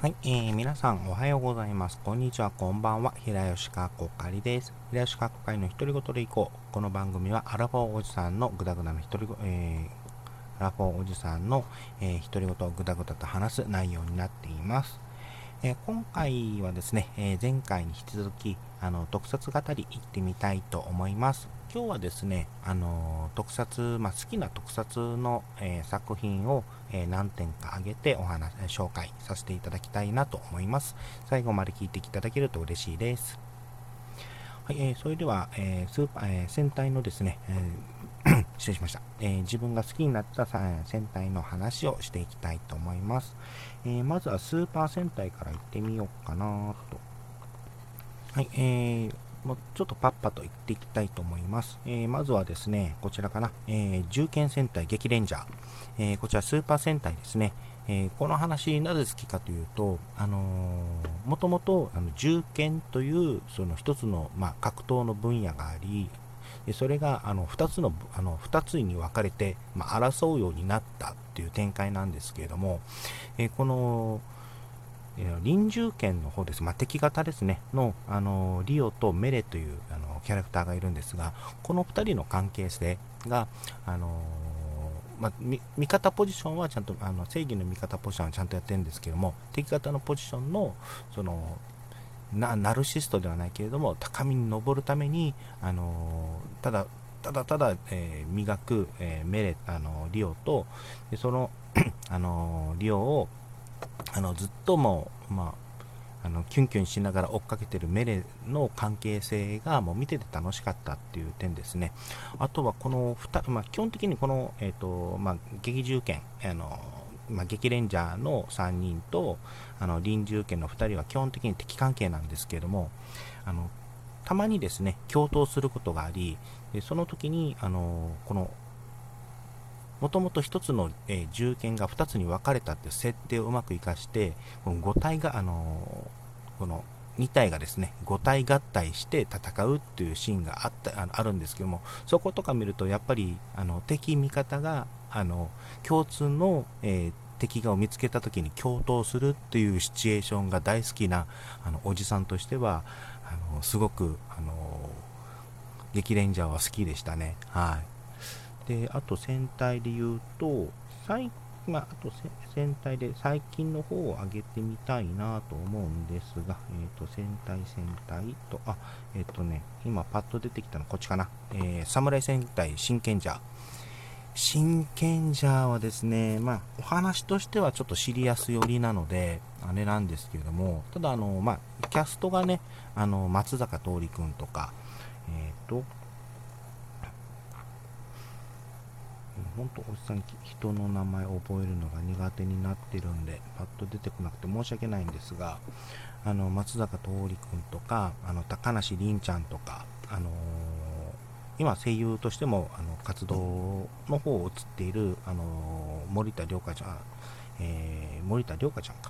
はい、皆さんおはようございます。こんにちは、こんばんは。平吉かこかりです。平吉かこかりの独り言でいこう。この番組はアラフォーおじさんのぐだぐだのアラフォーおじさんの、独り言をぐだぐだと話す内容になっています。今回はですね、前回に引き続き特撮語り行ってみたいと思います。今日はですね、特撮、好きな特撮の、作品を、何点か挙げて紹介させていただきたいなと思います。最後まで聞いていただけると嬉しいです。はい、それでは、戦隊のですね、失礼しました、自分が好きになった戦隊の話をしていきたいと思います。まずはスーパー戦隊からいってみようかなと。はい、もうちょっとパッパと言っていきたいと思います。まずはですね、こちらかな、銃剣戦隊激レンジャー、こちらスーパー戦隊ですね。この話なぜ好きかというと、もともと銃剣というその一つの、格闘の分野があり、それが2つに分かれて、争うようになったっていう展開なんですけれども、この臨終剣の方です、敵型ですねの、リオとメレというキャラクターがいるんですが、この2人の関係性が、味方ポジションはちゃんと正義の味方ポジションはちゃんとやってるんですけども、敵方のポジションのそのナルシストではないけれども高みに登るために、ただただ、磨く、リオと、でそのリオをずっともう、キュンキュンしながら追っかけてるメレの関係性がもう見てて楽しかったっていう点ですね。あとはこの基本的にこの、劇銃剣、激レンジャーの3人と臨終剣の2人は基本的に敵関係なんですけれども、たまにですね共闘することがあり、でその時にこのもともと1つの、銃剣が2つに分かれたっていう設定をうまく活かして、この5体が、この2体がですね5体合体して戦うっていうシーンがあるんですけども、そことか見るとやっぱり敵味方が共通の、敵がを見つけた時に共闘するっていうシチュエーションが大好きなおじさんとしてはすごく激レンジャーは好きでしたね。はい。で、あと戦隊で言うと、あと戦隊で最近の方を上げてみたいなと思うんですが、戦隊と、今パッと出てきたのこっちかな。侍戦隊真剣者。真剣者はですね、お話としてはちょっとシリアス寄りなので、あれなんですけれども、ただキャストがね、松坂桃李君とか、本当おじさん人の名前を覚えるのが苦手になってるんでパッと出てこなくて申し訳ないんですが、松坂桃李君とか高梨臨ちゃんとか、今声優としても活動の方を移っている、森田涼香ちゃん、か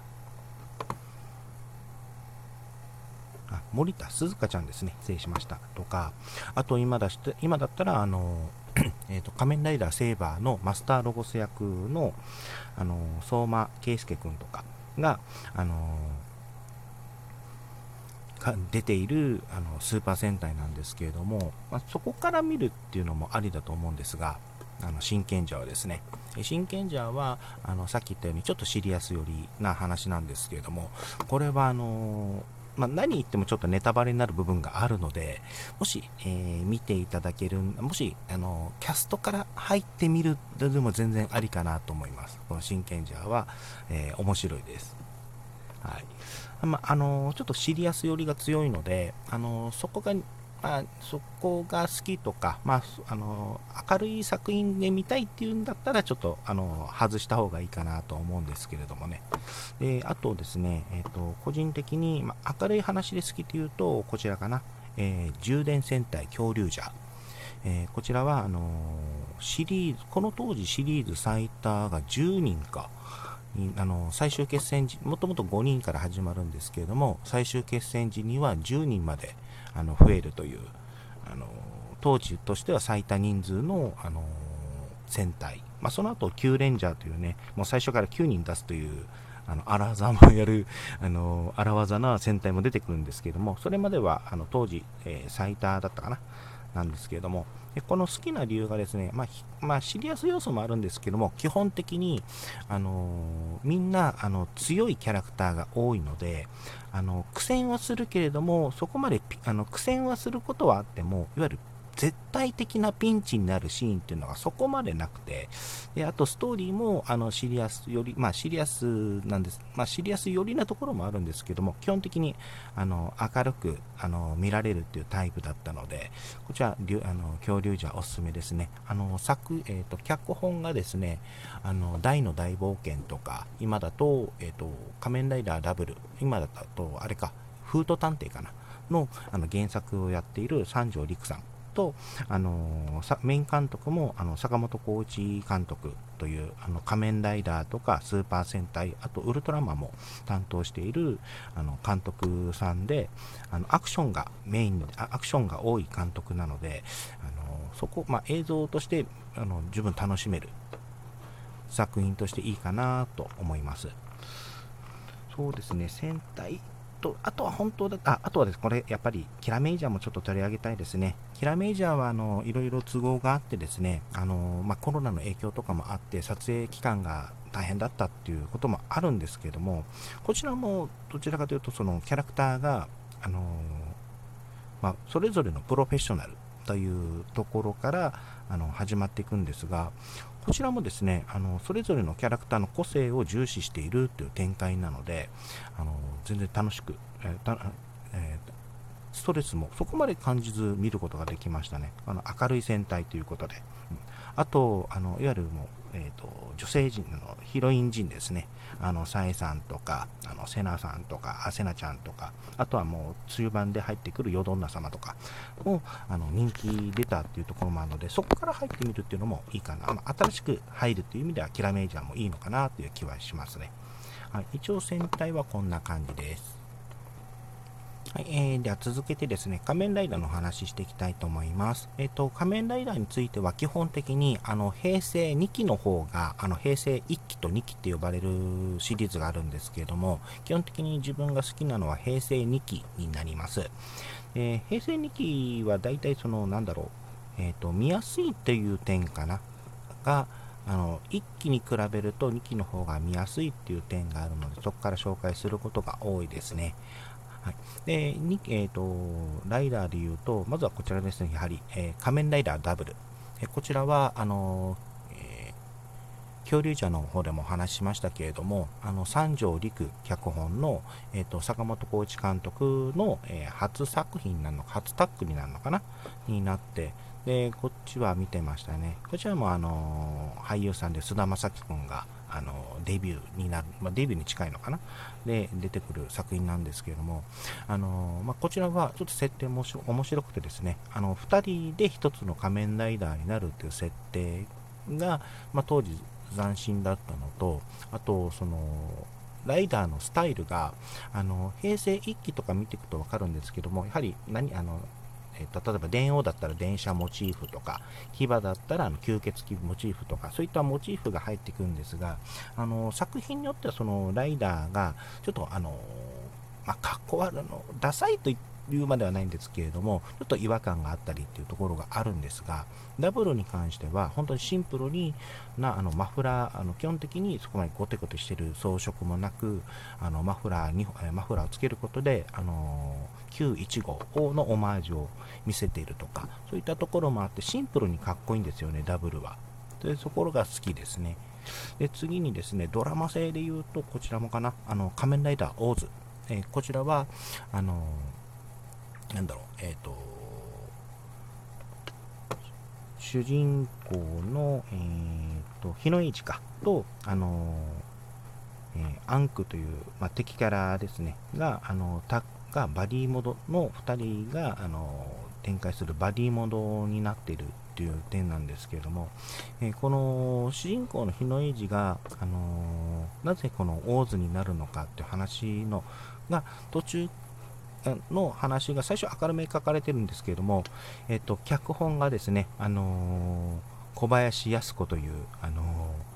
森田鈴香ちゃんですね、失礼しましたとか、あと今だったら仮面ライダーセーバーのマスターロゴス役の相馬圭介君とかが出ているスーパー戦隊なんですけれども、そこから見るっていうのもありだと思うんですが、真剣者はですね、真剣者はさっき言ったようにちょっとシリアス寄りな話なんですけれども、これは何言ってもちょっとネタバレになる部分があるので、もし、見ていただける、もしキャストから入ってみるでも全然ありかなと思います。この真剣者は、面白いです。はい。ちょっとシリアス寄りが強いので、そこが好きとか、明るい作品で見たいっていうんだったら、ちょっと外した方がいいかなと思うんですけれどもね。で、あとですね、個人的に、明るい話で好きというと、こちらかな、充電戦隊恐竜者。こちらは、この当時シリーズ最多が10人か。最終決戦時、もともと5人から始まるんですけれども、最終決戦時には10人まで増えるという、当時としては最多人数の、戦隊、その後9レンジャーというね、もう最初から9人出すという荒技もやる荒技な戦隊も出てくるんですけれども、それまでは当時、最多だったかななんですけれども、この好きな理由がですね、シリアス要素もあるんですけども、基本的に、みんな強いキャラクターが多いので、苦戦はするけれども、そこまで苦戦はすることはあっても、いわゆる絶対的なピンチになるシーンっていうのがそこまでなくて、であとストーリーもシリアスより、シリアスなんです、シリアス寄りなところもあるんですけども、基本的に明るく見られるっていうタイプだったので、こちら恐竜じゃおすすめですね。脚本がですね、大の大冒険とか、今だと、仮面ライダーダブル、今だとあれか、フート探偵かなの原作をやっている三条陸さんと、メイン監督も坂本浩一監督という仮面ライダーとかスーパー戦隊、あとウルトラマンも担当している監督さんで、アクションがメインでアクションが多い監督なので、映像として十分楽しめる作品としていいかなと思います。そうですね、戦隊と、あとは本当だあとはです、これやっぱりキラメイジャーもちょっと取り上げたいですね。キラメイジャーはいろいろ都合があってですね、コロナの影響とかもあって撮影期間が大変だったっていうこともあるんですけども、こちらもどちらかというとそのキャラクターがそれぞれのプロフェッショナルというところから始まっていくんですが、こちらもですね、それぞれのキャラクターの個性を重視しているという展開なので、全然楽しく、ストレスもそこまで感じず見ることができましたね。明るい戦隊ということで、あといわゆるもう、女性陣のヒロイン陣ですね、サエさんとかセナさんとかセナちゃんとか、あとはもう中盤で入ってくるヨドンナ様とかも人気出たっていうところもあるので、そこから入ってみるっていうのもいいかな。新しく入るっていう意味ではキラメイジャーもいいのかなという気はしますね。はい、一応戦隊はこんな感じです。はい、では続けてですね、仮面ライダーの話していきたいと思います。仮面ライダーについては基本的に平成2期の方が平成1期と2期って呼ばれるシリーズがあるんですけれども、基本的に自分が好きなのは平成2期になります。平成2期はだいたい見やすいという点かなが、1期に比べると2期の方が見やすいっていう点があるので、そこから紹介することが多いですね。はい、で、ライダーで言うと、まずはこちらですね、やはり、仮面ライダーダブル。こちらは、恐竜者の方でもお話ししましたけれども、三条陸脚本の、坂本浩一監督の、初作品なのか、初タッグになるのかなになって、で、こっちは見てましたね。こちらも俳優さんで菅田将暉君がデビューになる、デビューに近いのかなで出てくる作品なんですけれども、こちらはちょっと設定も面白くてですね、2人で1つの仮面ライダーになるという設定が、当時斬新だったのと、あとライダーのスタイルが平成1期とか見ていくと分かるんですけども、やはり例えば電王だったら電車モチーフとか、騎馬だったら吸血鬼モチーフとか、そういったモチーフが入ってくるんですが、作品によってはそのライダーがちょっとかっこ悪いダサいというまではないんですけれども、ちょっと違和感があったりっていうところがあるんですが、ダブルに関しては本当にシンプルにマフラー基本的にそこまでゴテゴテしている装飾もなく、マフラーをつけることで915のオマージュを見せているとか、そういったところもあってシンプルにかっこいいんですよね、ダブルは。というところが好きですね。で、次にですね、ドラマ性で言うとこちらもかな、仮面ライダーオーズ、こちらは主人公の、日野英二かと、アンクという、敵キャラですねがバディモードの2人が展開するバディモードになっているという点なんですけれども、この主人公の日野英二が、なぜこのオーズになるのかっていう話が途中の話が最初明るめに書かれてるんですけれども、脚本がですね、小林靖子という、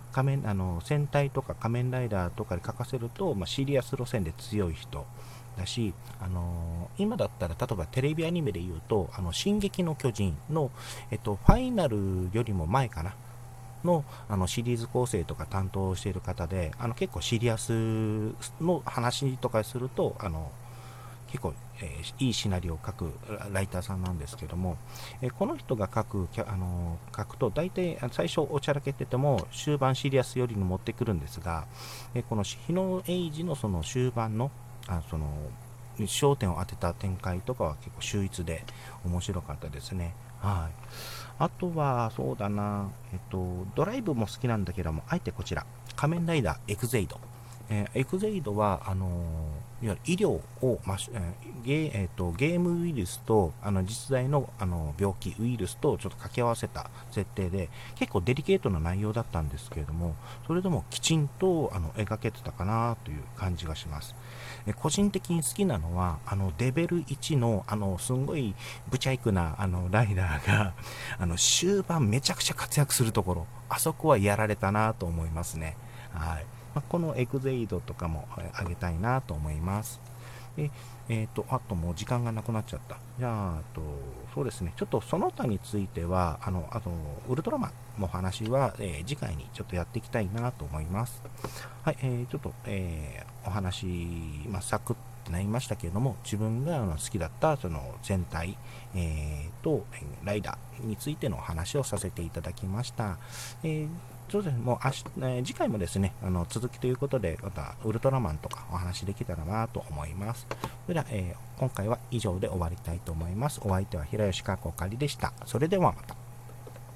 戦隊とか仮面ライダーとかで書かせると、シリアス路線で強い人だし、今だったら例えばテレビアニメで言うと「進撃の巨人の」ファイナルよりも前かなの、シリーズ構成とか担当している方で、結構シリアスの話とかすると結構、いいシナリオを書くライターさんなんですけども、この人が書くと大体最初おちゃらけてても終盤シリアス寄りに持ってくるんですが、この日野英二のその終盤の焦点を当てた展開とかは結構秀逸で面白かったですね。はい。あとはそうだな、ドライブも好きなんだけども、あえてこちら仮面ライダーエクゼイド。エクゼイドはいわゆる医療を、ゲームウイルスと実在の、病気ウイルスとちょっと掛け合わせた設定で結構デリケートな内容だったんですけれども、それでもきちんと描けてたかなという感じがします。個人的に好きなのはレベル1のすんごいブチャイクなライダーが終盤めちゃくちゃ活躍するところ、あそこはやられたなと思いますね。はい。このエグゼイドとかもあげたいなと思います。で、あともう時間がなくなっちゃった。じゃあ、そうですね、ちょっとその他については、あと、ウルトラマンの話は、次回にちょっとやっていきたいなと思います。はい、ちょっと、お話、サクッとなりましたけれども、自分が好きだったその全体、ライダーについての話をさせていただきました。そうですね、もう次回もですね、続きということで、またウルトラマンとかお話できたらなと思います。それでは、今回は以上で終わりたいと思います。お相手は平吉かこかりでした。それではまた。